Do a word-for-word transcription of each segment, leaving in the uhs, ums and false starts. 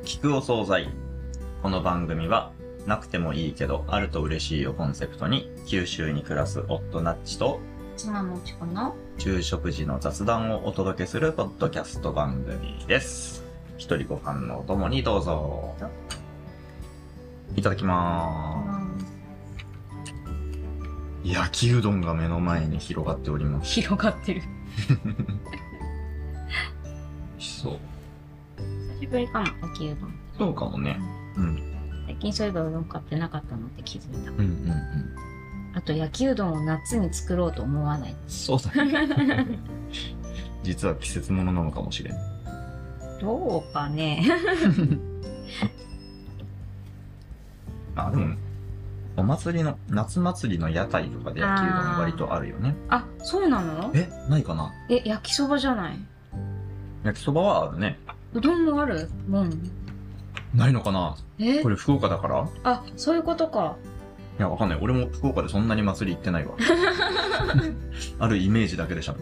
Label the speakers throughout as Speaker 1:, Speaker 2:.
Speaker 1: 聞くお惣菜。この番組は、なくてもいいけど、あると嬉しいをコンセプトに、九州に暮らす夫ナッチと、
Speaker 2: 妻もちこの
Speaker 1: 昼食時の雑談をお届けするポッドキャスト番組です。一人ご飯のお供にどうぞ。いただきまーす。焼きうどんが目の前に広がっております。
Speaker 2: 広がってる。
Speaker 1: 美味しそう。
Speaker 2: 久しぶりかも、焼きうどん。
Speaker 1: そうかもね。うん。
Speaker 2: 最近そういえばうどん買ってなかったのって気づいた。
Speaker 1: うんうんうん。
Speaker 2: あと焼きうどんを夏に作ろうと思わない。
Speaker 1: そうだね。実は季節ものなのかもしれん。
Speaker 2: どうかね。
Speaker 1: あ、でも、お祭りの、夏祭りの屋台とかで焼きうどん割とあるよね。
Speaker 2: あ、そうなの？
Speaker 1: え、ないかな？
Speaker 2: え、焼きそばじゃない？
Speaker 1: 焼きそばはあるね。
Speaker 2: うどんもあるもん。
Speaker 1: ないのかな？
Speaker 2: え
Speaker 1: これ福岡だから？
Speaker 2: あ、そういうことか。
Speaker 1: いや、わかんない。俺も福岡でそんなに祭り行ってないわ。あるイメージだけでしゃべる。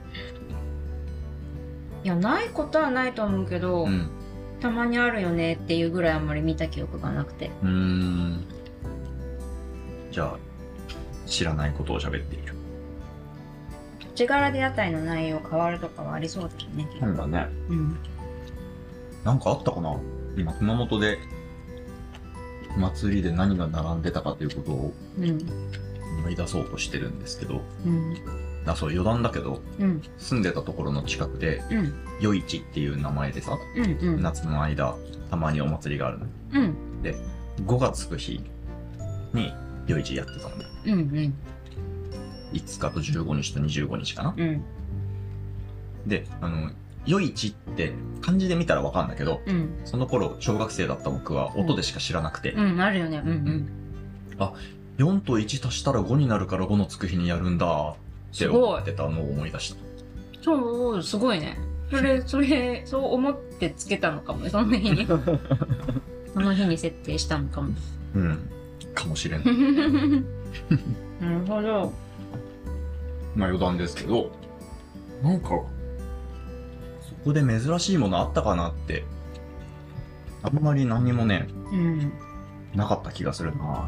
Speaker 2: いや、ないことはないと思うけど、
Speaker 1: うん。
Speaker 2: たまにあるよねっていうぐらいあんまり見た記憶がなくて。
Speaker 1: うーん。じゃあ、知らないことを喋っている。
Speaker 2: 土地柄で屋台の内容変わるとかはありそうだよね。
Speaker 1: なんだね。
Speaker 2: うん。
Speaker 1: なんかあったかな？今、熊本で、祭りで何が並んでたかということを
Speaker 2: うん。
Speaker 1: 思い出そうとしてるんですけど、
Speaker 2: うん。
Speaker 1: あ、そう、余談だけど、
Speaker 2: うん。
Speaker 1: 住んでたところの近くで、
Speaker 2: うん。
Speaker 1: 夜市っていう名前でさ、
Speaker 2: うん。うん。
Speaker 1: 夏の間、たまにお祭りがあるの。
Speaker 2: うん。
Speaker 1: ごがつく日に夜市やってたんだよ。
Speaker 2: うん。うん。
Speaker 1: いつかとじゅうごにちとにじゅうごにちかな。
Speaker 2: うん。
Speaker 1: で、あの、夜市って漢字で見たらわかんだけど、
Speaker 2: うん。
Speaker 1: その頃小学生だった僕は音でしか知らなくて、
Speaker 2: うん、あるよね。うん。うん。
Speaker 1: よんといち足したらごになるからごのつく日にやるんだって思ってたのを思い出した。
Speaker 2: そう、すごいね。それ、それ、そう思ってつけたのかもね、その日に。その日に設定したのかも。
Speaker 1: うん。かもしれん。
Speaker 2: なるほど。
Speaker 1: まあ余談ですけど、なんか、そこで珍しいものあったかなって、あんまり何にもね、
Speaker 2: うん。
Speaker 1: なかった気がするな。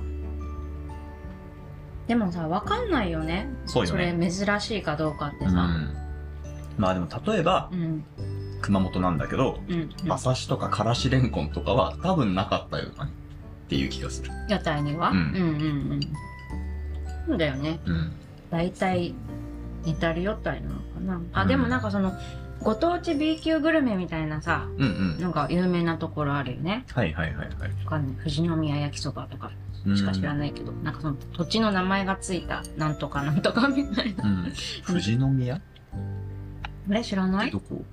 Speaker 2: でもさ、わかんないよね。
Speaker 1: そうよね。
Speaker 2: それ珍しいかどうかってさ。
Speaker 1: うん。まあでも例えば、
Speaker 2: うん。
Speaker 1: 熊本なんだけど、
Speaker 2: うん。
Speaker 1: 馬刺しとかからしれんこんとかは多分なかったよなっていう気がする。
Speaker 2: 屋台には、
Speaker 1: うん
Speaker 2: うんうんうん。そうだよね。
Speaker 1: うん。
Speaker 2: 大体、似たる屋台なのかな。あ、
Speaker 1: うん
Speaker 2: でもなんかその、ご当地 ビー級グルメみたいなさ、
Speaker 1: うんうん。
Speaker 2: なんか有名なところあるよね。
Speaker 1: はいはいはいはい。
Speaker 2: わかんない。富士宮焼きそばとかしか知らないけど、なんかその土地の名前がついたなんとかなんとかみたいな。
Speaker 1: うん。富士宮っ
Speaker 2: あれ知らない？
Speaker 1: てどこ？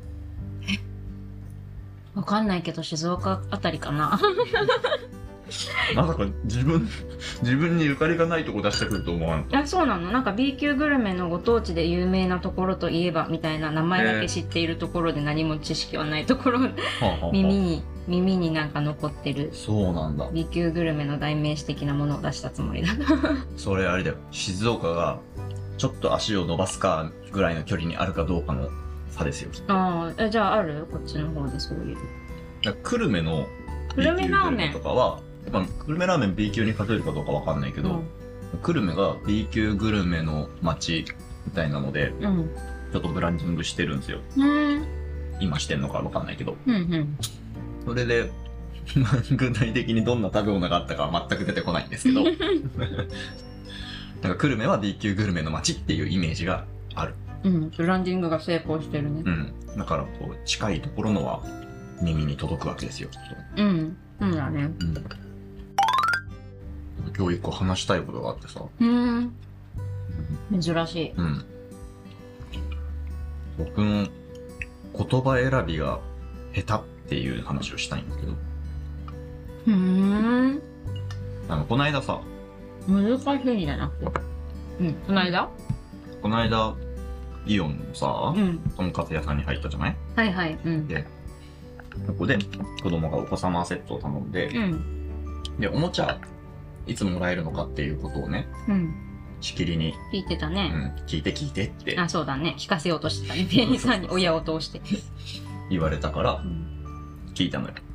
Speaker 2: わかんないけど静岡あたりかな。
Speaker 1: まさか自分、自分にゆかりがないとこ出してくると思わん。
Speaker 2: いや、そうなの。なんか ビー級グルメのご当地で有名なところといえばみたいな名前だけ知っているところで何も知識はないところ、
Speaker 1: はあはあはあ
Speaker 2: 耳に、耳になんか残ってる
Speaker 1: そうなんだ。
Speaker 2: ビー級グルメの代名詞的なものを出したつもりだ。
Speaker 1: それあれだよ。静岡がちょっと足を伸ばすかぐらいの距離にあるかどうかの差ですよ。
Speaker 2: ああ、じゃあある？こっちの方でそういう。
Speaker 1: だから久留米の
Speaker 2: 久留米ラーメン
Speaker 1: ビー級グルメとかは、まあ、久留米ラーメン ビー 級に数えるかどうかわかんないけど、
Speaker 2: うん
Speaker 1: 久留米が ビー 級グルメの街みたいなので、
Speaker 2: うん。
Speaker 1: ちょっとブランディングしてるんですよ。
Speaker 2: うん。
Speaker 1: 今してんのかわかんないけど。
Speaker 2: うんうん。
Speaker 1: それで、まあ具体的にどんな食べ物があったかは全く出てこないんですけど、なんか久留米は ビー 級グルメの街っていうイメージがある。
Speaker 2: うん。ブランディングが成功してるね
Speaker 1: う。ん。だから、こう、近いところのは耳に届くわけですよ。
Speaker 2: うん。うんだね。
Speaker 1: うん。今日一個話したいことがあってさ。
Speaker 2: うん。珍しい。
Speaker 1: うん。僕の言葉選びが下手っていう話をしたいんだけど。
Speaker 2: ふーん。
Speaker 1: あの、この間さ、
Speaker 2: 難しいんじゃなくて。うん。この間？
Speaker 1: この間、イオンのさ、
Speaker 2: うん。
Speaker 1: とんかつ屋さんに入ったじゃない？
Speaker 2: はいはい。うん。
Speaker 1: で、ここで子供がお子様セットを頼んで、
Speaker 2: うん。
Speaker 1: で、おもちゃ、いつもらえるのかっていうことをね、
Speaker 2: うん。
Speaker 1: しきりに、
Speaker 2: 聞いてた
Speaker 1: う
Speaker 2: ね。
Speaker 1: ん、聞いて聞いてって
Speaker 2: あ、そうだね。聞かせようとしてたね。店員さんに親を通して。
Speaker 1: 言われたから
Speaker 2: うん。
Speaker 1: 聞いたのよ。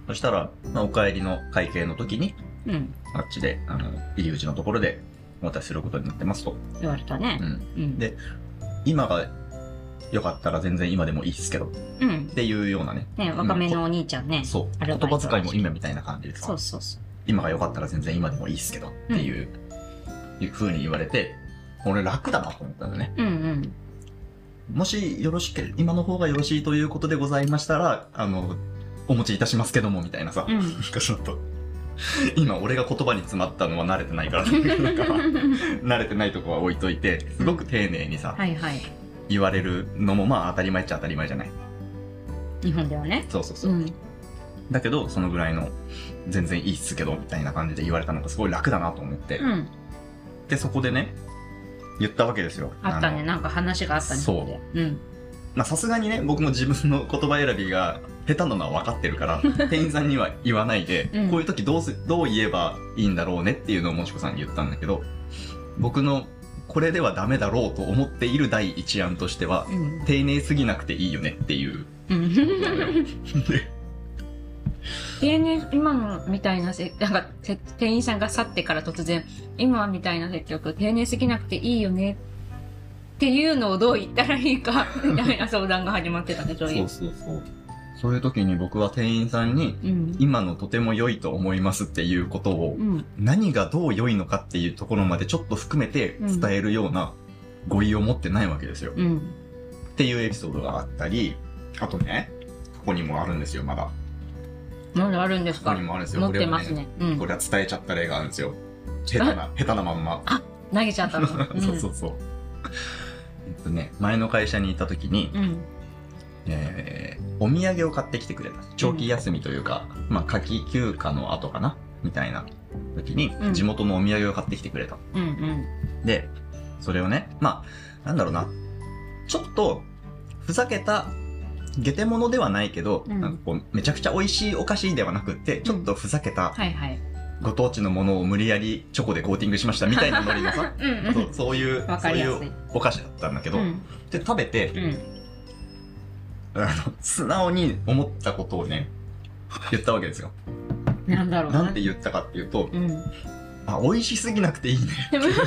Speaker 1: そしたら、まあ、お帰りの会計の時に、
Speaker 2: うん。
Speaker 1: あっちで、あの、入り口のところでお渡しすることになってますと。
Speaker 2: 言われたね
Speaker 1: う。ん。
Speaker 2: うん。
Speaker 1: で今がよかったら全然今でもいいっすけど、
Speaker 2: うん
Speaker 1: っ。ていうようなね。
Speaker 2: ね、若めのお兄ちゃんね。
Speaker 1: そう。
Speaker 2: アルバイト
Speaker 1: 言葉遣いも今みたいな感じですか
Speaker 2: そうそうそう。
Speaker 1: 今がよかったら全然今でもいいっすけど、っていう、いう風に言われて、俺楽だなと思ったんだよね。
Speaker 2: うんうん。
Speaker 1: もしよろしけ、今の方がよろしいということでございましたら、あの、お持ちいたしますけども、みたいなさ。
Speaker 2: うん
Speaker 1: なんかちょっと、今俺が言葉に詰まったのは慣れてないから、なんか慣れてないとこは置いといて、すごく丁寧にさ、
Speaker 2: はいはい。
Speaker 1: 言われるのもまあ当たり前っちゃ当たり前じゃない。
Speaker 2: 日本ではね。
Speaker 1: そうそうそうう。
Speaker 2: ん。
Speaker 1: だけど、そのぐらいの、全然いいっすけど、みたいな感じで言われたのがすごい楽だなと思って。
Speaker 2: うん。
Speaker 1: で、そこでね、言ったわけですよ。
Speaker 2: あったね。
Speaker 1: の
Speaker 2: なんか話があったね。
Speaker 1: そう
Speaker 2: ここで。うん。
Speaker 1: まあさすがにね、僕も自分の言葉選びが下手なのは分かってるから、店員さんには言わないで、
Speaker 2: うん
Speaker 1: こういう時どうす、どう言えばいいんだろうねっていうのをもちこさんに言ったんだけど、僕のこれではダメだろうと思っている第一案としては、
Speaker 2: うん。
Speaker 1: 丁寧すぎなくていいよねっていう。
Speaker 2: うん。
Speaker 1: で
Speaker 2: 丁寧、今のみたいなせ、なんか、せ店員さんが去ってから突然、今みたいな接客、丁寧すぎなくていいよね。っていうのをどう言ったらいいか、みたいな相談が始まってたね、そうい
Speaker 1: そうう。そうそう。そういう時に僕は店員さんに、
Speaker 2: うん。
Speaker 1: 今のとても良いと思いますっていうことを、
Speaker 2: うん。
Speaker 1: 何がどう良いのかっていうところまでちょっと含めて伝えるような語彙を持ってないわけですよ。
Speaker 2: うん。
Speaker 1: っていうエピソードがあったり、あとね、ここにもあるんですよ、まだ。
Speaker 2: まだあるんです
Speaker 1: ここ
Speaker 2: か？
Speaker 1: にもあるんですよ。
Speaker 2: 持ってますね。うん
Speaker 1: こ。れは伝えちゃった例があるんですよ。下手な、下手なまんま。
Speaker 2: 投げちゃったの。うん
Speaker 1: そうそうそう。えっとね、前の会社に行った時に、
Speaker 2: うん。
Speaker 1: えー、お土産を買ってきてくれた。長期休みというか、まあ、夏季休暇の後かなみたいな時に
Speaker 2: う、ん
Speaker 1: 地元のお土産を買ってきてくれた。
Speaker 2: うんうん。
Speaker 1: で、それをね、まあ、なんだろうな。ちょっと、ふざけた、下手物ではないけど、
Speaker 2: うん
Speaker 1: なんかこう、めちゃくちゃ美味しいお菓子ではなくって、ちょっとふざけた、
Speaker 2: はいはい。
Speaker 1: ご当地のものを無理やりチョコでコーティングしましたみたいなノリのさ、
Speaker 2: うんうん。
Speaker 1: そうそういう、
Speaker 2: わ
Speaker 1: そうい
Speaker 2: かりやすい。
Speaker 1: うお菓子だったんだけど、
Speaker 2: うん。
Speaker 1: で、食べて、
Speaker 2: うん。
Speaker 1: あの、素直に思ったことをね、言ったわけですよ。
Speaker 2: なんだろう
Speaker 1: なんて言ったかっていうと、
Speaker 2: うん。
Speaker 1: あ、美味しすぎなくていいね。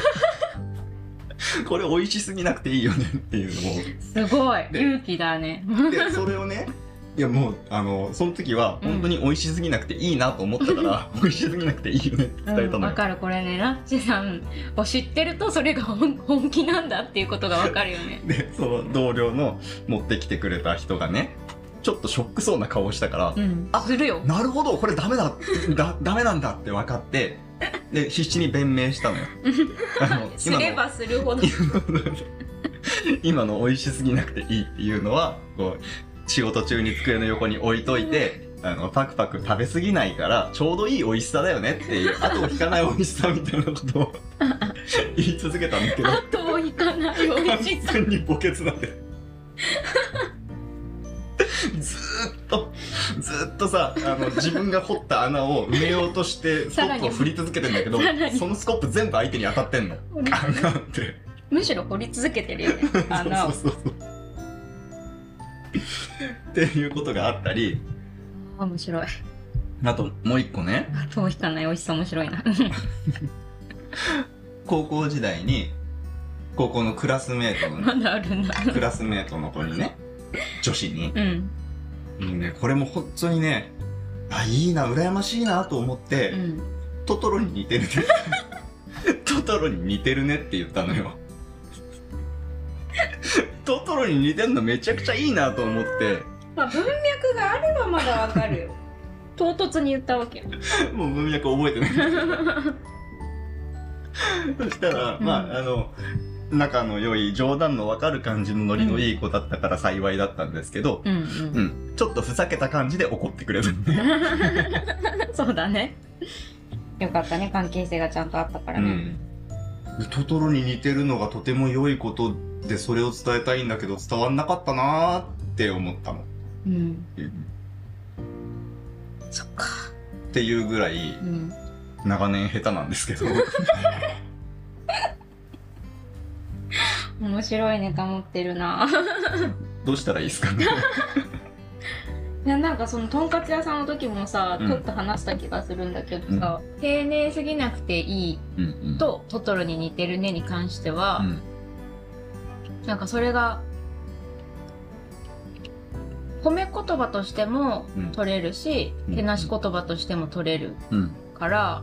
Speaker 1: これ美味しすぎなくていいよねっていうのを。
Speaker 2: すごい。
Speaker 1: で
Speaker 2: 勇気だね。
Speaker 1: で、それをね、いやもう、あの、その時は本当に美味しすぎなくていいなと思ったから、美味しすぎなくていいよねって伝えた
Speaker 2: うん、
Speaker 1: のよ。
Speaker 2: わかる。これね、ラッチさんを知ってるとそれが本本気なんだっていうことがわかるよね。
Speaker 1: で、その同僚の持ってきてくれた人がね、ちょっとショックそうな顔をしたから、
Speaker 2: うん。
Speaker 1: あ
Speaker 2: するよ。
Speaker 1: なるほど、これダメだ、だ、ダメなんだって分かって、で、必死に弁明したのよ。あの
Speaker 2: すればするほど。
Speaker 1: 今の美味しすぎなくていいっていうのは、こう、仕事中に机の横に置いといて、あの、パクパク食べ過ぎないから、ちょうどいい美味しさだよねっていう、後を引かない美味しさみたいなことを言い続けたんだけど、
Speaker 2: 後を引かない美味しさ。
Speaker 1: 完全に墓穴なんで。ずーっと、ずーっとさ、あの、自分が掘った穴を埋めようとして、スコップを振り続けてんだけど
Speaker 2: さらに、
Speaker 1: そのスコップ全部相手に当たってんの。ガンガンって。
Speaker 2: むしろ掘り続けてるよね。穴を。
Speaker 1: そうそうそうそう。っていうことがあったり、
Speaker 2: あ面白い。
Speaker 1: あともう一個ね、
Speaker 2: 後を引かない美味しさ面白いな。
Speaker 1: 高校時代に、高校のクラスメートの、
Speaker 2: まだあるんだ。
Speaker 1: クラスメートの子にね、女子に、
Speaker 2: うん。
Speaker 1: もうね、これも本当にね、あ、いいな、羨ましいなと思って、
Speaker 2: うん。
Speaker 1: トトロに似てるね。トトロに似てるねって言ったのよ。トトロに似てんのめちゃくちゃいいなと思って、
Speaker 2: まあ文脈があればまだわかるよ。唐突に言ったわけよ。
Speaker 1: もう文脈覚えてない。そしたら、
Speaker 2: うん
Speaker 1: まあ、あの、仲の良い、冗談のわかる感じのノリのいい子だったから幸いだったんですけど、
Speaker 2: うん
Speaker 1: う
Speaker 2: うん。
Speaker 1: ん、ちょっとふざけた感じで怒ってくれる。
Speaker 2: そうだね。よかったね、関係性がちゃんとあったからね。
Speaker 1: うん。トトロに似てるのがとても良いことでそれを伝えたいんだけど伝わんなかったなーって思ったの。
Speaker 2: うん。
Speaker 1: うん
Speaker 2: そっか。
Speaker 1: っていうぐらい
Speaker 2: うん。
Speaker 1: 長年下手なんですけど。
Speaker 2: 面白いネタ持ってるな。
Speaker 1: どうしたらいいですかね。
Speaker 2: いやなんかそのとんかつ屋さんの時もさ、
Speaker 1: うん
Speaker 2: ちょっと話した気がするんだけどさ、丁寧すぎなくていい
Speaker 1: うんうん
Speaker 2: とトトロに似てるねに関しては、
Speaker 1: うん
Speaker 2: なんかそれが褒め言葉としても取れるし、
Speaker 1: うん
Speaker 2: けなし言葉としても取れる
Speaker 1: うん
Speaker 2: から、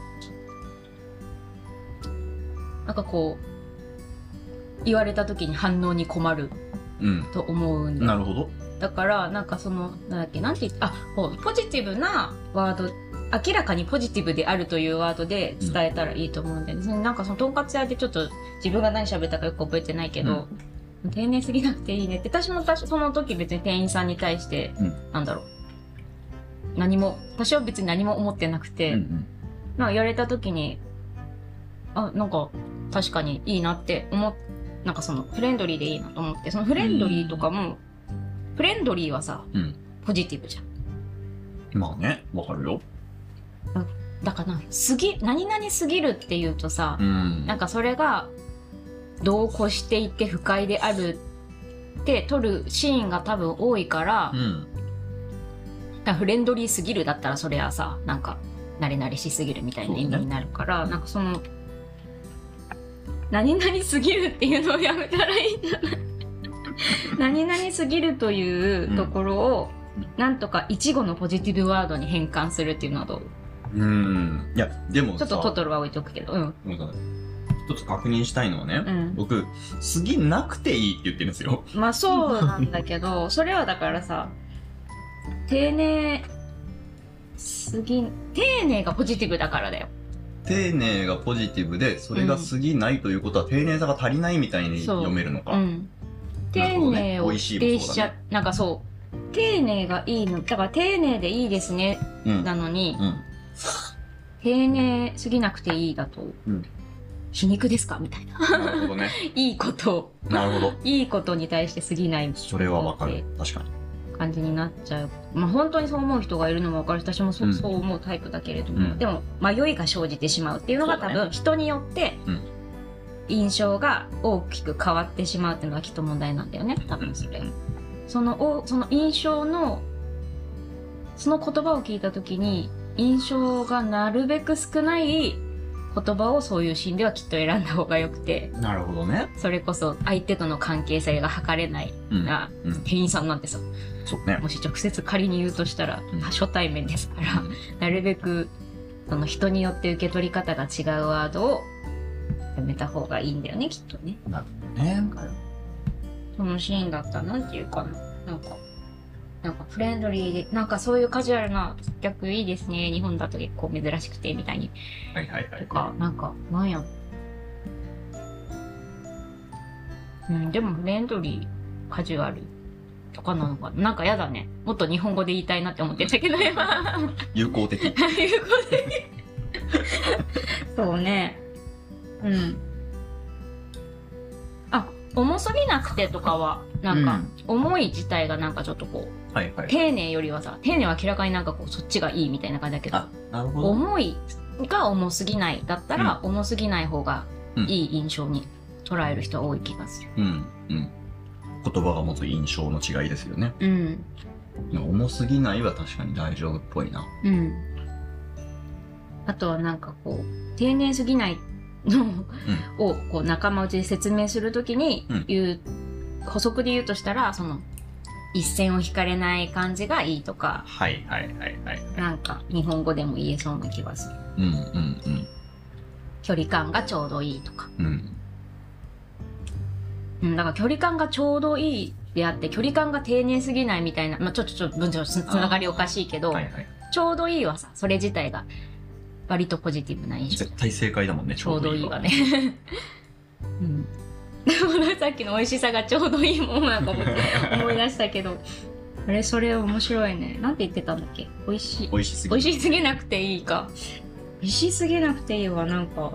Speaker 2: なんかこう言われた時に反応に困る
Speaker 1: うん
Speaker 2: と思うんだ。
Speaker 1: なるほど。
Speaker 2: だからなんかそのなんだっけなんて言ってあこうポジティブなワード、明らかにポジティブであるというワードで伝えたらいいと思うんだよね。なんかそのとんかつ屋でちょっと自分が何喋ったかよく覚えてないけど、丁寧すぎなくていいねって、私もたしその時別に店員さんに対して、
Speaker 1: うん
Speaker 2: なんだろう何も私は別に何も思ってなくて、
Speaker 1: うんうん
Speaker 2: なんか言われた時にあなんか確かにいいなって思っなんかそのフレンドリーでいいなと思って、そのフレンドリーとかも、フレンドリーはさ、
Speaker 1: うん
Speaker 2: ポジティブじゃん。
Speaker 1: まあね、わかるよ。
Speaker 2: だからすぎ何々すぎるっていうとさ、
Speaker 1: うん
Speaker 2: なんかそれが度を越していて不快であるって取るシーンが多分多いから
Speaker 1: う、ん
Speaker 2: だからフレンドリーすぎるだったらそれはさなんか慣れ慣れしすぎるみたいな意味になるから、なんかその何々すぎるっていうのをやめたらいいんじゃない何々すぎるというところを、なんとか一語のポジティブワードに変換するっていうのはどう？
Speaker 1: うんいやでもさ
Speaker 2: ちょっとトトロは置いとくけど、うん
Speaker 1: なんか一つ確認したいのはね、
Speaker 2: うん
Speaker 1: 僕過ぎなくていいって言ってるんですよ。
Speaker 2: まあそうなんだけどそれはだからさ丁寧すぎ丁寧がポジティブだからだよ。
Speaker 1: 丁寧がポジティブでそれが過ぎないということは、丁寧さが足りないみたいに
Speaker 2: そう
Speaker 1: 読めるのか。
Speaker 2: うん、丁
Speaker 1: なるほどね
Speaker 2: 寧を
Speaker 1: 美味しい
Speaker 2: 否
Speaker 1: もそうだね
Speaker 2: 定しちゃ、なんかそう丁寧がいいのだから丁寧でいいですね
Speaker 1: うん
Speaker 2: なのに、
Speaker 1: うん
Speaker 2: 丁寧すぎなくていいだと、
Speaker 1: うん
Speaker 2: 皮肉ですかみたいな
Speaker 1: なるほどね。
Speaker 2: いいこと
Speaker 1: なるほど。
Speaker 2: いいことに対して過ぎない
Speaker 1: それはわかる。確かに。
Speaker 2: 感じになっちゃう。まあ本当にそう思う人がいるのも分かるし、私もそう,、
Speaker 1: うん
Speaker 2: そう思うタイプだけれども、
Speaker 1: うん
Speaker 2: でも迷いが生じてしまうっていうのが多
Speaker 1: そうだ
Speaker 2: 分人によって
Speaker 1: うん
Speaker 2: 印象が大きく変わってしまうっていうのがきっと問題なんだよね、多分それ。そのおその印象のその言葉を聞いた時に印象がなるべく少ない言葉をそういうシーンではきっと選んだ方がよくて、
Speaker 1: なるほどね。
Speaker 2: それこそ相手との関係性が測れない
Speaker 1: うん
Speaker 2: な
Speaker 1: うん
Speaker 2: 店員さんなんてさ、
Speaker 1: そうね。
Speaker 2: もし直接仮に言うとしたら、
Speaker 1: うん
Speaker 2: 初対面ですから、なるべくその人によって受け取り方が違うワードをやめた方がいいんだよね、きっとね。
Speaker 1: なるほどね。
Speaker 2: そのシーンだったらなんていうかな、なんかなんかフレンドリーでなんかそういうカジュアルな接客いいですね、日本だと結構珍しくてみたいに
Speaker 1: はいはいはい。
Speaker 2: とか、なんかなんや、うんでもフレンドリーカジュアルとかなのかな、なんかやだね、もっと日本語で言いたいなって思ってたけど今
Speaker 1: 有効的。
Speaker 2: いうことでそうね、うんあ重すぎなくてとかはなんか、重い自体がなんかちょっとこう
Speaker 1: はいはい。
Speaker 2: 丁寧よりはさ、丁寧は明らかになんかこうそっちがいいみたいな感じだけど、
Speaker 1: あ、なるほど。
Speaker 2: 重いが重すぎないだったら、重すぎない方がいい印象に捉える人は多い気がする。
Speaker 1: うんうん。言葉が持つ印象の違いですよね。
Speaker 2: うん
Speaker 1: 重すぎないは確かに大丈夫っぽいな。
Speaker 2: うん。あとはなんかこう丁寧すぎないのをこう仲間内で説明するときに言う、補足で言うとしたらその一線を引かれない感じがいいとか、
Speaker 1: はいはいはいはい。
Speaker 2: なんか日本語でも言えそうな気がする。
Speaker 1: うんうん
Speaker 2: 距離感がちょうどいいとか。
Speaker 1: うん。うん。
Speaker 2: うん、だから距離感がちょうどいいであって距離感が丁寧すぎないみたいな、まあ、ちょっとちょっと文章つながりおかしいけど、
Speaker 1: はいはい。
Speaker 2: ちょうどいいはさそれ自体が割とポジティブな印象。
Speaker 1: 絶対正解だもんね、
Speaker 2: ちょうどいいわね。うん。でもさっきの美味しさがちょうどいいもんなんか思い出したけど、あれそれ面白いね。なんて言ってたんだっけ？美味しい。
Speaker 1: 美味しすぎ
Speaker 2: 美味しすぎなくていいか。美味しすぎなくていいはなんか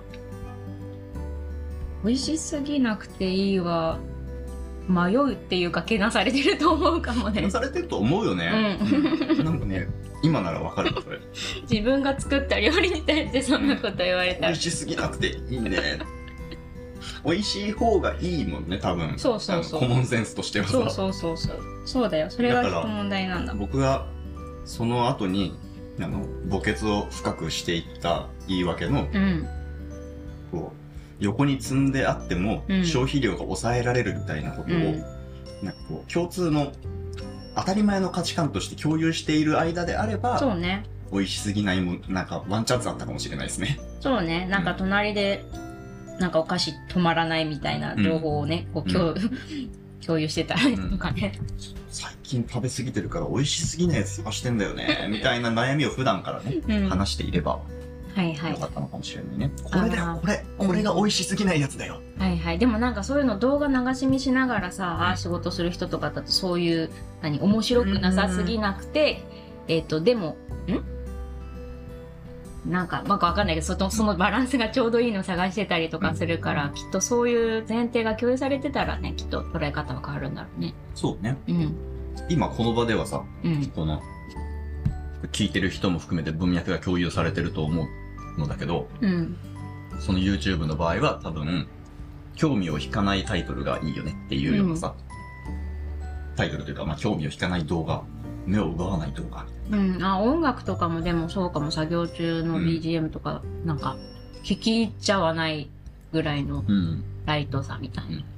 Speaker 2: 美味しすぎなくていいは迷うっていうかけなされてると思うかもね。
Speaker 1: されてると思うよね。
Speaker 2: うん。
Speaker 1: なんかね、今ならわかるわそれ。
Speaker 2: 自分が作った料理に対してそんなこと言われたら
Speaker 1: 美味しすぎなくていいね。 美味しい方がいいもんね、多分。
Speaker 2: そうそうそう
Speaker 1: あのコモンセンスとしてはさ。
Speaker 2: そうそうそうそう。そうだよ。それがきっと問題なんだ。
Speaker 1: 僕がその後にあの墓穴を深くしていった言い訳の、
Speaker 2: うん。
Speaker 1: こう横に積んであっても
Speaker 2: うん
Speaker 1: 消費量が抑えられるみたいなことを、
Speaker 2: うん
Speaker 1: なんかこう共通の当たり前の価値観として共有している間であれば、
Speaker 2: そうね。
Speaker 1: 美味しすぎないもなんかワンチャンスあったかもしれないですね。
Speaker 2: そうね。なんか隣で、なんかお菓子止まらないみたいな情報をね、こう共,、共有してたりとかね。
Speaker 1: 最近食べ過ぎてるから美味しすぎないやつ探してんだよねみたいな悩みを普段からね、
Speaker 2: うん、
Speaker 1: 話していれば
Speaker 2: はいはい
Speaker 1: よかったのかもしれないね。これだよ、これこれが美味しすぎないやつだよ。
Speaker 2: はいはい。でもなんかそういうの動画流し見しながらさ、仕事する人とかだとそういう何面白くなさすぎなくて、えっ、とでもんなんか、まあ、わかんないけど、その、そのバランスがちょうどいいのを探してたりとかするから、うん、きっとそういう前提が共有されてたらね、きっと捉え方は変わるんだろうね。
Speaker 1: そうね。
Speaker 2: うん。
Speaker 1: 今この場ではさ、
Speaker 2: うん、
Speaker 1: この、聞いてる人も含めて文脈が共有されてると思うのだけど、
Speaker 2: うん、
Speaker 1: その YouTube の場合は多分、興味を引かないタイトルがいいよねっていうようなさ、うん、タイトルというか、まあ、興味を引かない動画、目を奪わない動画。
Speaker 2: うん、あ、音楽とかもでもそうかも、作業中の ビージーエム とか、うん、なんか、聞き入っちゃわないぐらいのライトさみたいな。うんうん、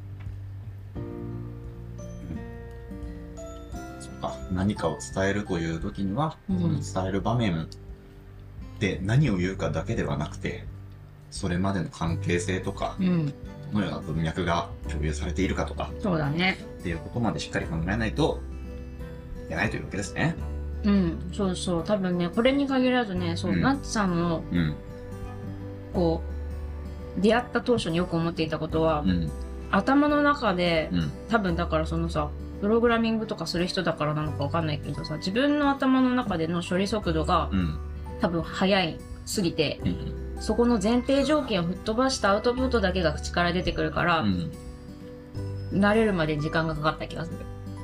Speaker 1: そっか、何かを伝えるという時には、
Speaker 2: うん、
Speaker 1: 伝える場面で何を言うかだけではなくて、それまでの関係性とか、うん、どのような文脈が共有されているかとか、
Speaker 2: そうだね。
Speaker 1: っていうことまでしっかり考えないといけないというわけですね。
Speaker 2: うん、そうそう。多分ね、これに限らずね、そう、うん、ナッツさんも、うん、こう、出会った当初によく思っていたことは、うん、頭の中で、うん、多分だからそのさ、プログラミングとかする人だからなのかわかんないけどさ、自分の頭の中での処理速度が、うん、多分速いすぎて、うん、そこの前提条件を吹っ飛ばしたアウトプットだけが口から出てくるから、うん、慣れるまで時間がかかった気がする。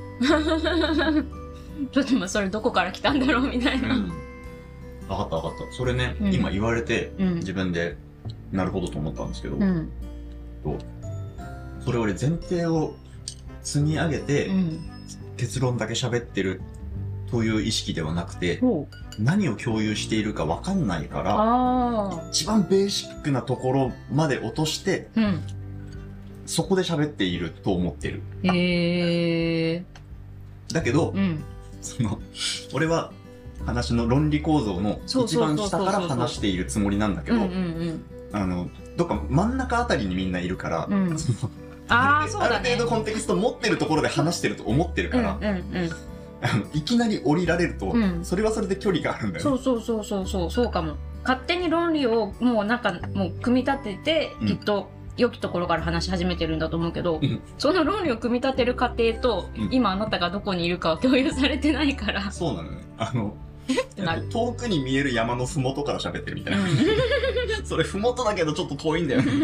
Speaker 2: ちょっと今それどこから来たんだろうみたいな。うん、分
Speaker 1: かった分かった。それね、うん、今言われて、うん、自分でなるほどと思ったんですけど、うん、とそれ俺前提を積み上げて、うん、結論だけ喋ってるという意識ではなくて、何を共有しているか分かんないから、一番ベーシックなところまで落として、うん、そこで喋っていると思ってる。
Speaker 2: へー。
Speaker 1: だけど、うん、その俺は話の論理構造の一番下から話しているつもりなんだけど、あのどっか真ん中あたりにみんないるから、うん、
Speaker 2: あー、そうだね、
Speaker 1: ある程度コンテキスト持ってるところで話してると思ってるから、あのいきなり降りられると、うん、それはそれで距離があるんだよね。
Speaker 2: そうそうそうそうそうそうかも。勝手に論理をもうなんかもう組み立てて、うん、きっと良きところから話し始めてるんだと思うけど、うん、その論理を組み立てる過程と、うん、今あなたがどこにいるかは共有されてないから。
Speaker 1: そうなのね。あの遠くに見える山のふもとから喋ってるみたいな。うん、それふもとだけどちょっと遠いんだよね。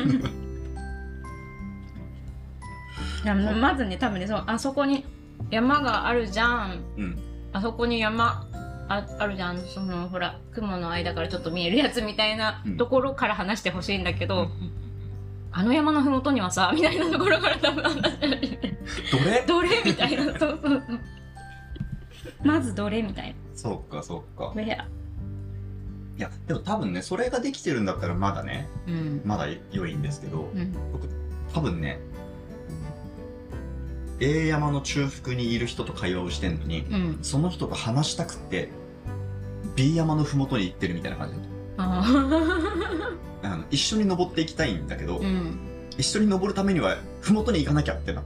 Speaker 2: いやまずね、多分ね、そうあそこに山があるじゃん。うん、あそこに山 あ, あるじゃん。そのほら雲の間からちょっと見えるやつみたいなところから話してほしいんだけど。うんうん、あの山のふもとにはさ、みたいなところから多分話してる。
Speaker 1: どれ
Speaker 2: どれみたいな。そうそうそう。まずどれみたいな。
Speaker 1: そうか、そうか。
Speaker 2: ウェア。
Speaker 1: いや、でも多分ね、それができてるんだったらまだね、うん、まだ良いんですけど、うん、僕、多分ね、A 山の中腹にいる人と会話をしてんのに、うん、その人と話したくって、B 山のふもとに行ってるみたいな感じだと。ああの一緒に登っていきたいんだけど、うん、一緒に登るためには麓に行かなきゃってなった。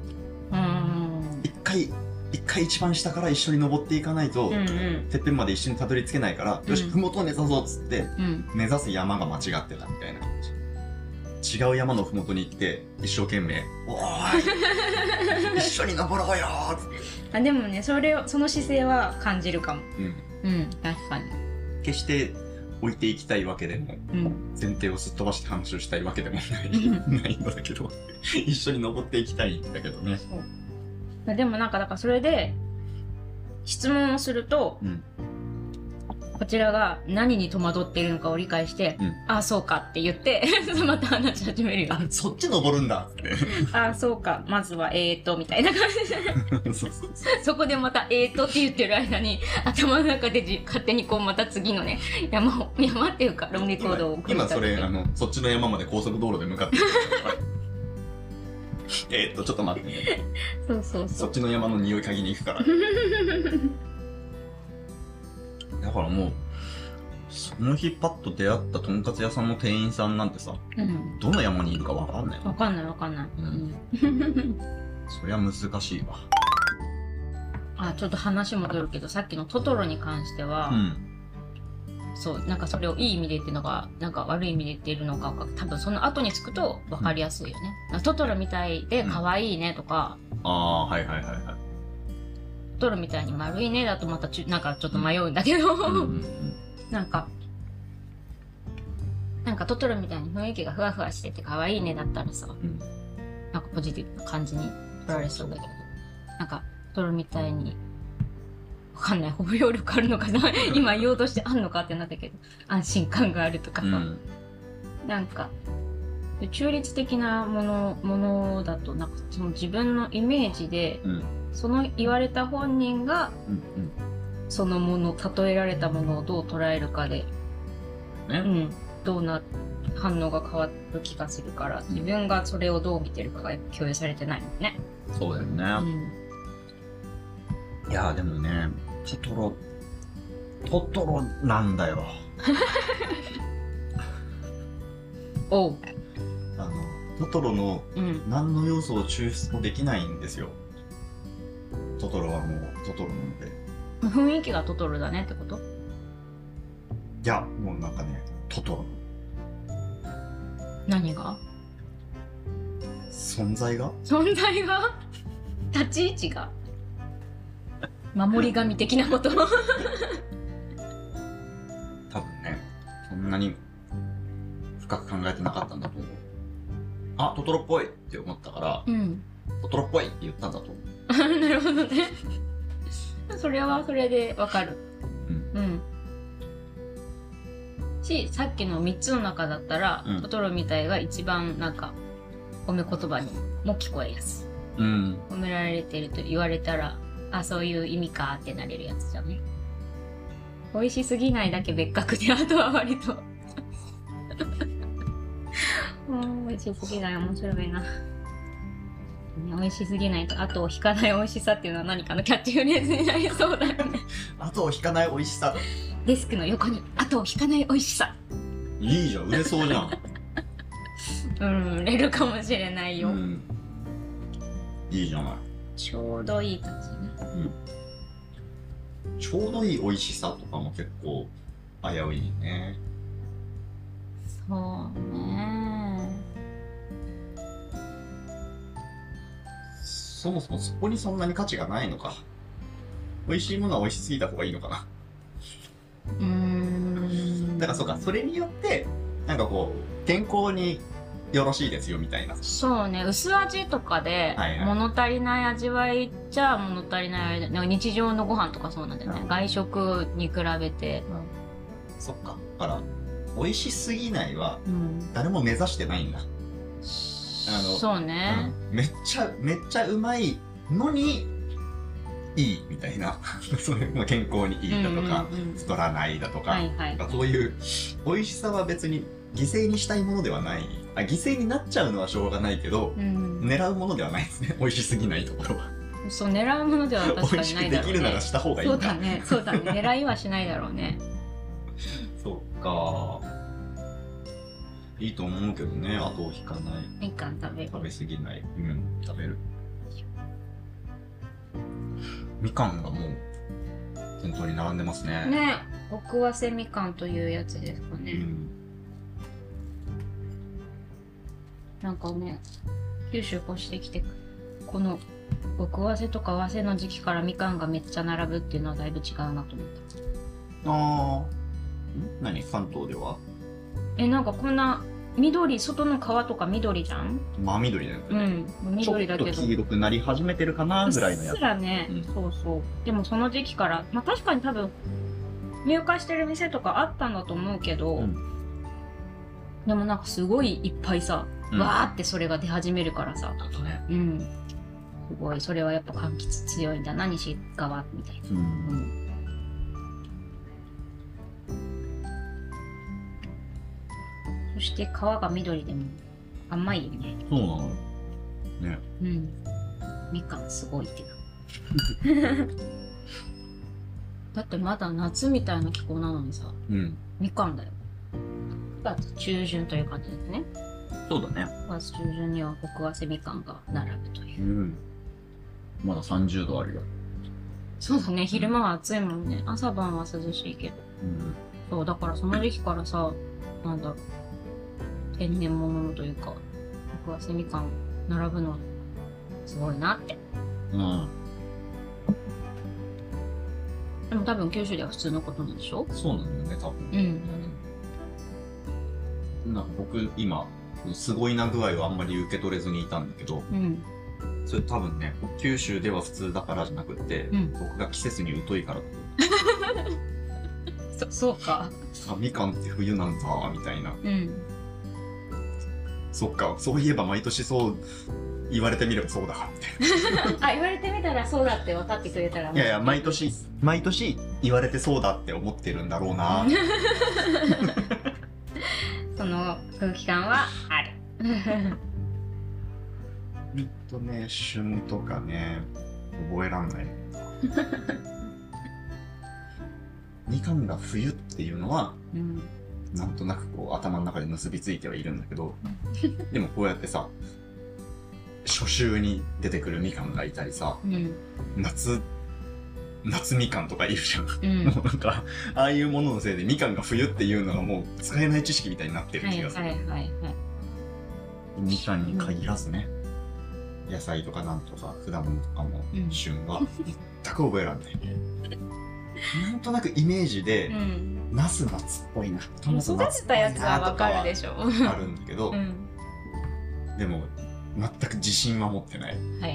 Speaker 1: 一回一回一番下から一緒に登っていかないと、うんうん、てっぺんまで一緒にたどり着けないから、うん、よし麓を目指そうっつって、うん、目指す山が間違ってたみたいな感じ。違う山の麓に行って一生懸命「おーい一緒に登ろうよ」っつって。
Speaker 2: あ、でもね、それをその姿勢は感じるかも。うん、うん、確かに。
Speaker 1: 決して置いていきたいわけでも、うん、前提をすっ飛ばして話をしたいわけでもない、ないんだけど、一緒に登っていきたいんだけどね。
Speaker 2: そうでもなんかだからそれで質問をすると、うん、 こちらが何に戸惑っているのかを理解して、
Speaker 1: うん
Speaker 2: ああ、そうかって言って、また話し始めるよ。
Speaker 1: あ、そっち登るんだって。
Speaker 2: ああ、そうか。まずは、えーと、みたいな感じで。
Speaker 1: そうそうそう。
Speaker 2: そこでまた、えーとって言ってる間に、頭の中でじ勝手にこう、また次のね、山を、山っていうか、ロングコードを
Speaker 1: 今今それ、あの、そっちの山まで高速道路で向かってる。えーっと、ちょっと待ってね。
Speaker 2: そうそうそ。
Speaker 1: そうっちの山の匂い嗅ぎに行くから。だからもう、その日パッと出会ったとんかつ屋さんの店員さんなんてさ、
Speaker 2: うん。
Speaker 1: どの山にいるかわかんないよ。
Speaker 2: わかんないわかんない。
Speaker 1: う
Speaker 2: うんん。
Speaker 1: そりゃ難しいわ。
Speaker 2: あ、ちょっと話戻るけど、さっきのトトロに関しては、
Speaker 1: うん。
Speaker 2: そう、なんかそれをいい意味で言ってるのか、なんか悪い意味で言ってるのかが、多分その後につくと分かりやすいよね。トトロみたいで可愛いねとか、
Speaker 1: ああ、はいはいはいはい。
Speaker 2: トトロみたいに丸いねだとまたちゅなんかちょっと迷うんだけど、
Speaker 1: うんうんうん
Speaker 2: なんか、なんかトトロみたいに雰囲気がふわふわしてて可愛いねだったらさ、
Speaker 1: うん
Speaker 2: なんかポジティブな感じに取られそうだけど、なんかトトロみたいに、わかんない、包容力あるのかな今言おうとしてあんのかってなったけど、安心感があるとかさ、
Speaker 1: うん
Speaker 2: なんか、中立的なもの、ものだと、なんかその自分のイメージで、
Speaker 1: うん
Speaker 2: その言われた本人が、
Speaker 1: うん
Speaker 2: そのもの、例えられたものをどう捉えるかで、
Speaker 1: うんね、
Speaker 2: うん、どうな、反応が変わる気がするから、自分がそれをどう見てるかが共有されてないもんね。
Speaker 1: そうだよね。
Speaker 2: うん。
Speaker 1: いやでもね、トトロ、トトロなんだよ。
Speaker 2: おう。
Speaker 1: あの、トトロの
Speaker 2: うん。
Speaker 1: 何の要素を抽出もできないんですよ。トトロはもうトトロなので。
Speaker 2: 雰囲気がトトロだねってこと？
Speaker 1: いや、もうなんかね、トトロ
Speaker 2: 何が？
Speaker 1: の存在が
Speaker 2: 存在が立ち位置が守り神的なこと
Speaker 1: 多分ね、そんなに深く考えてなかったんだと思う。あ、トトロっぽいって思ったから、
Speaker 2: うん
Speaker 1: トトロっぽいって言ったんだと思う。
Speaker 2: なるほどねそれはそれでわかる
Speaker 1: うん
Speaker 2: うんし、さっきのみっつの中だったら、
Speaker 1: うん
Speaker 2: トトロみたいが一番なんか褒め言葉にも聞こえやすい。
Speaker 1: うん。
Speaker 2: 褒められてると言われたら、あ、そういう意味かってなれるやつじゃね。美味しすぎないだけ別格で、あとは割とうん美味しすぎない面白いな。美味しすぎないと後を引かない美味しさっていうのは何かのキャッチフレーズになりそうだよね。
Speaker 1: 後を引かない美味しさ。
Speaker 2: デスクの横に後を引かない美味しさ。
Speaker 1: いいじゃん、売れそうじゃん。
Speaker 2: うん、売れるかもしれないよ。
Speaker 1: うん。いいじゃない。
Speaker 2: ちょうどいい感じね。
Speaker 1: ちょうどいい美味しさとかも結構危ういね。
Speaker 2: そうね。
Speaker 1: そもそもそこにそんなに価値がないのか。美味しいものは美味しすぎた方がいいのかな。
Speaker 2: うーん。
Speaker 1: だからそうか、それによって、なんかこう、健康によろしいですよみたいな。
Speaker 2: そうね、薄味とかで
Speaker 1: はいはい
Speaker 2: 物足りない味わいじゃ物足りない味、なんか日常のご飯とかそうなんだよね。
Speaker 1: うん
Speaker 2: 外食に比べて。
Speaker 1: そっか。だから、美味しすぎないは
Speaker 2: うん。
Speaker 1: 誰も目指してないんだ。あの
Speaker 2: そうね。
Speaker 1: うんめっちゃ、めっちゃうまいのに、いいみたいな。そういう、まあ健康にいいだとか、
Speaker 2: うんうんうん
Speaker 1: 太らないだとか、
Speaker 2: はいはい。
Speaker 1: そういう美味しさは別に犠牲にしたいものではない。あ、犠牲になっちゃうのはしょうがないけど、
Speaker 2: うん。
Speaker 1: 狙うものではないですね。美味しすぎないところは。
Speaker 2: そう、狙うものでは確か
Speaker 1: 美味しく
Speaker 2: にないだろうね。
Speaker 1: できるならした方がいいんだ。
Speaker 2: そうだね、そうだね。狙いはしないだろうね。
Speaker 1: そっか。いいと思うけどね、後を引かない。
Speaker 2: みかん食べる。
Speaker 1: 食べ過ぎない。うん、食べる。みかんがもう、店頭に並んでますね。
Speaker 2: ね、極早生みかんというやつですかね。
Speaker 1: うん。
Speaker 2: なんかね、九州越してきて、この極早生とか早生の時期からみかんがめっちゃ並ぶっていうのはだいぶ違うなと思っ
Speaker 1: あー。ん何関東では
Speaker 2: た。え、なんかこんな緑、外の皮とか緑じゃん？
Speaker 1: 真緑だよね。
Speaker 2: うん、
Speaker 1: ちょ
Speaker 2: 緑だけど。
Speaker 1: っと黄色くなり始めてるかなぐらいのや
Speaker 2: うっすらね、
Speaker 1: うん
Speaker 2: そうそう。でもその時期から、まあ確かに多分、 入荷してる店とかあったんだと思うけど、
Speaker 1: うん、
Speaker 2: でもなんかすごいいっぱいさ、うん、わーってそれが出始めるからさ、
Speaker 1: あとね、
Speaker 2: うん、すごいそれはやっぱ柑橘強いんだな、西側みたいな。うんうんそして皮が緑でも甘いよね。
Speaker 1: そうなのね。
Speaker 2: うん。みかんすごいってな。だってまだ夏みたいな気候なのにさ、
Speaker 1: うん、
Speaker 2: みかんだよ。くがつ中旬という感じですね。
Speaker 1: そうだね。
Speaker 2: くがつ中旬には極早生みかんが並ぶという。
Speaker 1: うん。まださんじゅうどあるよ。
Speaker 2: そうだね。昼間は暑いもんね。朝晩は涼しいけど。うん、そうだからその時期からさ、なんだろう。天然物というか、極早生みかん並ぶのすごいなって。うん。でも多分九州では普通のことなんでしょ？
Speaker 1: そうなんだよね、多分。うん。なんか僕今すごいな具合をあんまり受け取れずにいたんだけど、うん、それ多分ね九州では普通だからじゃなくて、うん、僕が季節に疎いからだ
Speaker 2: と。そそうか。
Speaker 1: あ、みかんって冬なんだみたいな。うん。そっか、そういえば毎年そう言われてみればそうだって。
Speaker 2: あ、言われてみたらそうだって分かってくれたら。
Speaker 1: いやいや、毎年、毎年言われてそうだって思ってるんだろうな。
Speaker 2: その空気感はある。
Speaker 1: ほんとね、旬とかね、覚えらんない。みかんが冬っていうのは、うんなんとなくこう頭の中で結びついてはいるんだけどでもこうやってさ初秋に出てくるみかんがいたりさ、うん、夏夏みかんとかいるじゃん、うん、もうなんかああいうもののせいでみかんが冬っていうのがもう使えない知識みたいになってる気がする、はいはいはいはい、みかんに限らずね、うん、野菜とかなんとか果物とかも旬は全く覚えられない、うん、なんとなくイメージで、うんナス夏っぽいな、
Speaker 2: トマト夏っぽいなとかはあ
Speaker 1: るんだけど、うん、でも全く自信は持ってない。はいはい。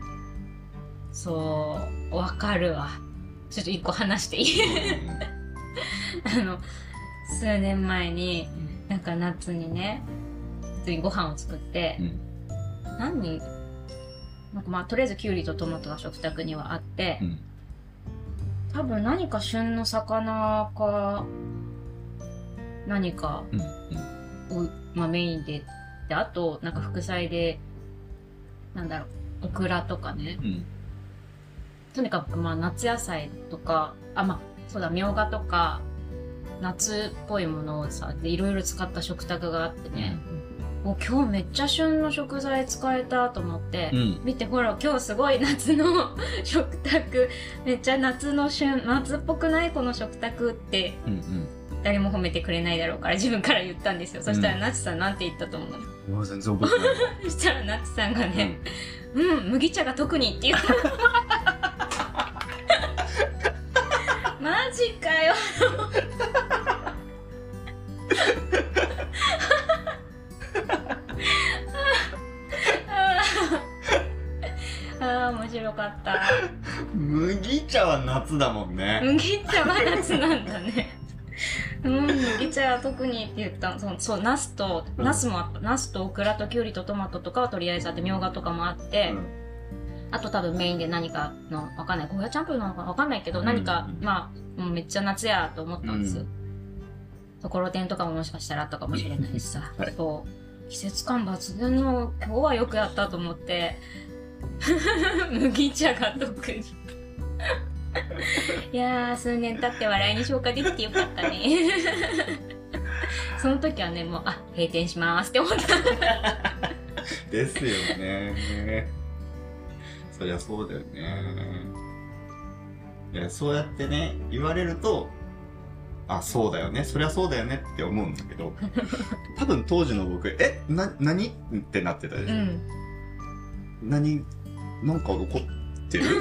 Speaker 2: そうわかるわ。ちょっと一個話していい？あの数年前になんか夏にね、普通にご飯を作って、うん、何なんかまあとりあえずきゅうりとトマトが食卓にはあって。うん多分何か旬の魚か何かを、うんうんまあ、メインでであとなんか副菜でなんだろうオクラとかね、うん、とにかくまあ夏野菜とかあまあそうだみょうがとか夏っぽいものをさでいろいろ使った食卓があってね、うん、もう今日めっちゃ旬の食材使えたと思って、うん、見てほら今日すごい夏の食卓めっちゃ夏の旬夏っぽくないこの食卓って、うんうん、誰も褒めてくれないだろうから自分から言ったんですよ、うん、そしたらなちさんなんて言ったと思うの？
Speaker 1: もう全然覚えてない
Speaker 2: そしたらなちさんがね、うん、うん、麦茶が特にって言ったマジかよああ面白かった
Speaker 1: 麦茶は夏だもんね。
Speaker 2: 麦茶は夏なんだねうん麦茶は特にって言ったそうそうナスとナスもあった、うん、ナスとオクラとキュウリとトマトとかはとりあえずあってみょうがとかもあって、うん、あと多分メインで何かのわかんないゴーヤチャンプルなのかわかんないけど、うん、何かまあもうめっちゃ夏やと思ったんです、うん、ところてんとかももしかしたらあったかもしれないしさ、はい、そう季節感抜群の今日はよくやったと思って麦茶が特にいやー数年経って笑いに消化できてよかったねその時はねもうあ閉店しますって思った
Speaker 1: ですよねそりゃそうだよね。いやそうやってね言われるとあそうだよねそりゃそうだよねって思うんだけど多分当時の僕えな何ってなってたでしょ、うん、何なんか怒ってる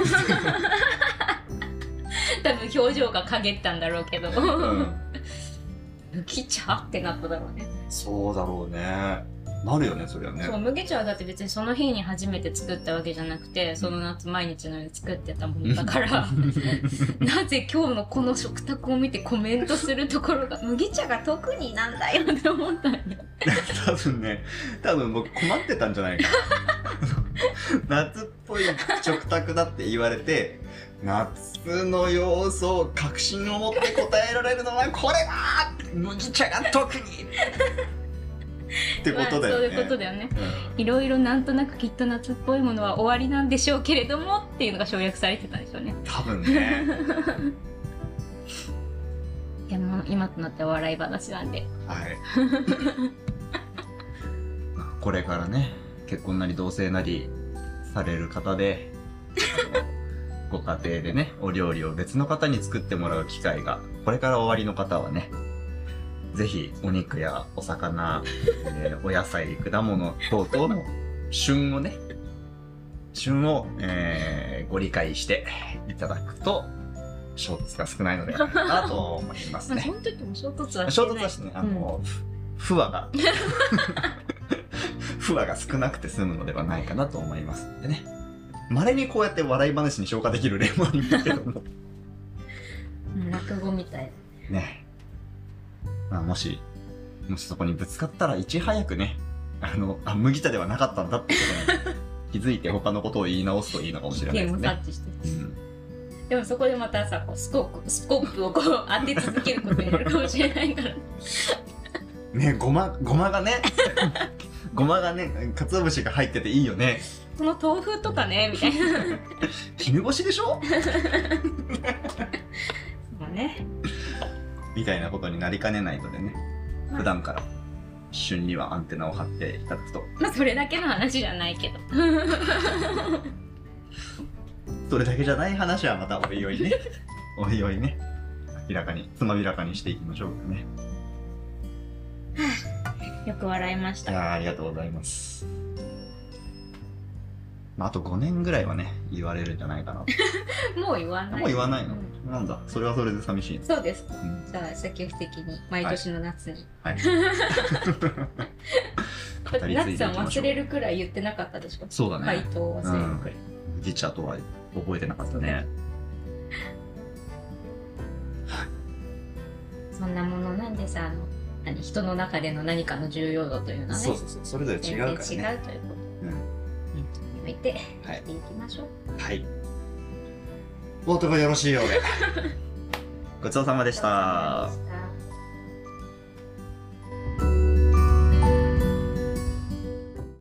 Speaker 2: 多分表情が陰ったんだろうけど、うん、麦茶ってなっただろうね。
Speaker 1: そうだろうね。 なるよねそれはね。
Speaker 2: そう、麦茶はだって別にその日に初めて作ったわけじゃなくて、その夏毎日のように作ってたものだからなぜ今日のこの食卓を見てコメントするところが麦茶が特になんだよって思ったんだよ。
Speaker 1: 多分ね、多分僕困ってたんじゃないかな夏っぽい食卓だって言われて、夏の要素を確信を持って答えられるのはこれだ麦茶が特にってことだよね。
Speaker 2: まあ、そういうことだよね。
Speaker 1: うん、
Speaker 2: いろいろなんとなくきっと夏っぽいものは終わりなんでしょうけれどもっていうのが省略されてたんでしょうね。
Speaker 1: 多分ね
Speaker 2: いやもう今となっては笑い話なんで。
Speaker 1: はいこれからね結婚なり同棲なりされる方でご家庭でねお料理を別の方に作ってもらう機会がこれから終わりの方はね、ぜひお肉やお魚、えーお野菜果物等々の旬をね旬を、えーご理解していただくと衝突が少ないのではないかなと思います
Speaker 2: まあ、そ
Speaker 1: ね。
Speaker 2: の時も衝突はしてない。
Speaker 1: 衝突はしてね、あの、ふわがふわが少なくて済むのではないかなと思いますのでね。稀にこうやって笑い話に消化できる例もありますけども
Speaker 2: うん落語みたい。
Speaker 1: ね。まあもしもしそこにぶつかったらいち早くね、あのあ麦茶ではなかったんだってことに気づいて他のことを言い直すといいのかもしれない
Speaker 2: ゲー
Speaker 1: ですね。
Speaker 2: ムタッチして。
Speaker 1: うん
Speaker 2: でもそこでまたさ、こうスコープ、スコープをこう当て続けることになるかもしれないから。
Speaker 1: ね、ごまごまがねごまがね鰹節が入ってていいよね。
Speaker 2: この豆腐とかね、みたいな。
Speaker 1: 絹ごしでしょ
Speaker 2: そうね。
Speaker 1: みたいなことになりかねないのでね、普段から旬にはアンテナを張っていただくと、
Speaker 2: まあそれだけの話じゃないけど。
Speaker 1: それだけじゃない話はまたおいおいねおいおいね明らかにつまびらかにしていきましょうかね。
Speaker 2: よく笑いました。
Speaker 1: いやーありがとうございます。まあ、あとごねんぐらいはね言われるんじゃないかなと。
Speaker 2: もう言わない。
Speaker 1: もう言わないの、
Speaker 2: うん
Speaker 1: なんだそれはそれで寂しいの。
Speaker 2: そうです。
Speaker 1: うん
Speaker 2: じゃあ積極的に毎年の夏に。
Speaker 1: はい
Speaker 2: だって夏さん忘れ
Speaker 1: る。
Speaker 2: るくらい言ってなかったでしょ。
Speaker 1: そうだ
Speaker 2: 回
Speaker 1: ね。
Speaker 2: 答を忘れるくらい。
Speaker 1: 麦茶とは覚えてなかったね。
Speaker 2: そんなものなんでさ、あの何人の中での何かの重要度というのはね、
Speaker 1: そうそうそうそれぞれ違うからね。
Speaker 2: 全然違うということ
Speaker 1: うん
Speaker 2: において
Speaker 1: はい
Speaker 2: やっていきましょう。
Speaker 1: はい。お後がよろしいようで。ごちそうさまでした。
Speaker 2: お疲れ様でした。